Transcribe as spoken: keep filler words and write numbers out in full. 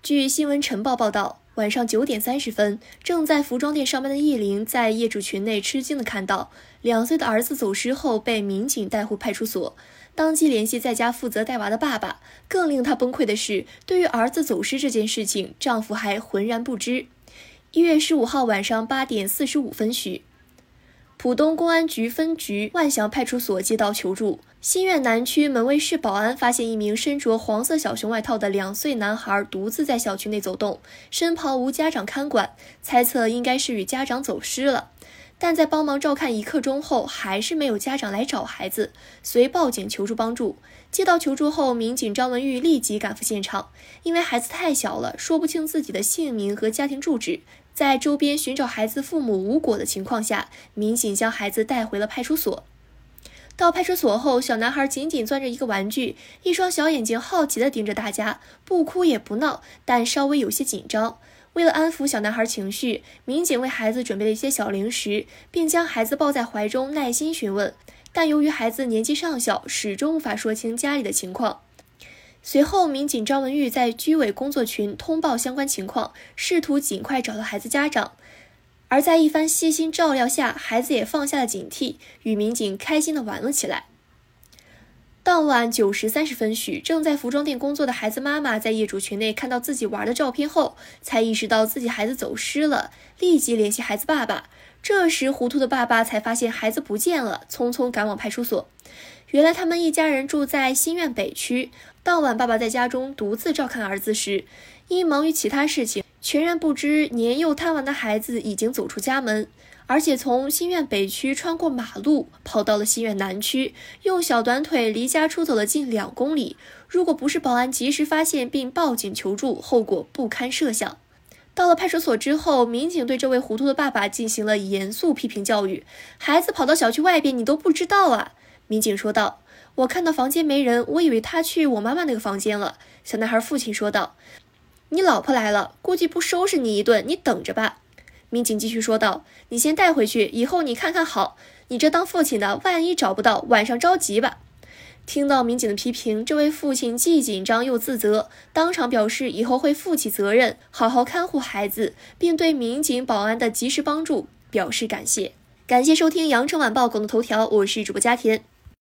据新闻晨报报道，晚上九点三十分，正在服装店上班的叶玲在业主群内吃惊地看到，两岁的儿子走失后被民警带回派出所，当即联系在家负责带娃的爸爸。更令她崩溃的是，对于儿子走失这件事情，丈夫还浑然不知。一月十五号晚上八点四十五分许，浦东公安局分局万祥派出所接到求助，新苑南区门卫室保安发现一名身着黄色小熊外套的两岁男孩独自在小区内走动，身旁无家长看管，猜测应该是与家长走失了。但在帮忙照看一刻钟后，还是没有家长来找孩子，遂报警求助帮助。接到求助后，民警张文玉立即赶赴现场，因为孩子太小了，说不清自己的姓名和家庭住址。在周边寻找孩子父母无果的情况下，民警将孩子带回了派出所。到派出所后，小男孩紧紧攥着一个玩具，一双小眼睛好奇地盯着大家，不哭也不闹，但稍微有些紧张。为了安抚小男孩情绪，民警为孩子准备了一些小零食，并将孩子抱在怀中耐心询问。但由于孩子年纪尚小，始终无法说清家里的情况。随后，民警张文玉在居委工作群通报相关情况，试图尽快找到孩子家长。而在一番细心照料下，孩子也放下了警惕，与民警开心地玩了起来。当晚九时三十分许，正在服装店工作的孩子妈妈在业主群内看到自己玩的照片后，才意识到自己孩子走失了，立即联系孩子爸爸。这时糊涂的爸爸才发现孩子不见了，匆匆赶往派出所。原来他们一家人住在新苑北区，当晚爸爸在家中独自照看儿子时，因忙于其他事情，全然不知年幼贪玩的孩子已经走出家门，而且从新苑北区穿过马路跑到了新苑南区，用小短腿离家出走了近两公里。如果不是保安及时发现并报警求助，后果不堪设想。到了派出所之后，民警对这位糊涂的爸爸进行了严肃批评教育。孩子跑到小区外边你都不知道啊？民警说道。我看到房间没人，我以为他去我妈妈那个房间了。小男孩父亲说道。你老婆来了，估计不收拾你一顿，你等着吧。民警继续说道，你先带回去，以后你看看好，你这当父亲的万一找不到，晚上着急吧。听到民警的批评，这位父亲既紧张又自责，当场表示以后会负起责任，好好看护孩子，并对民警保安的及时帮助表示感谢。感谢收听羊城晚报广东头条，我是主播佳田。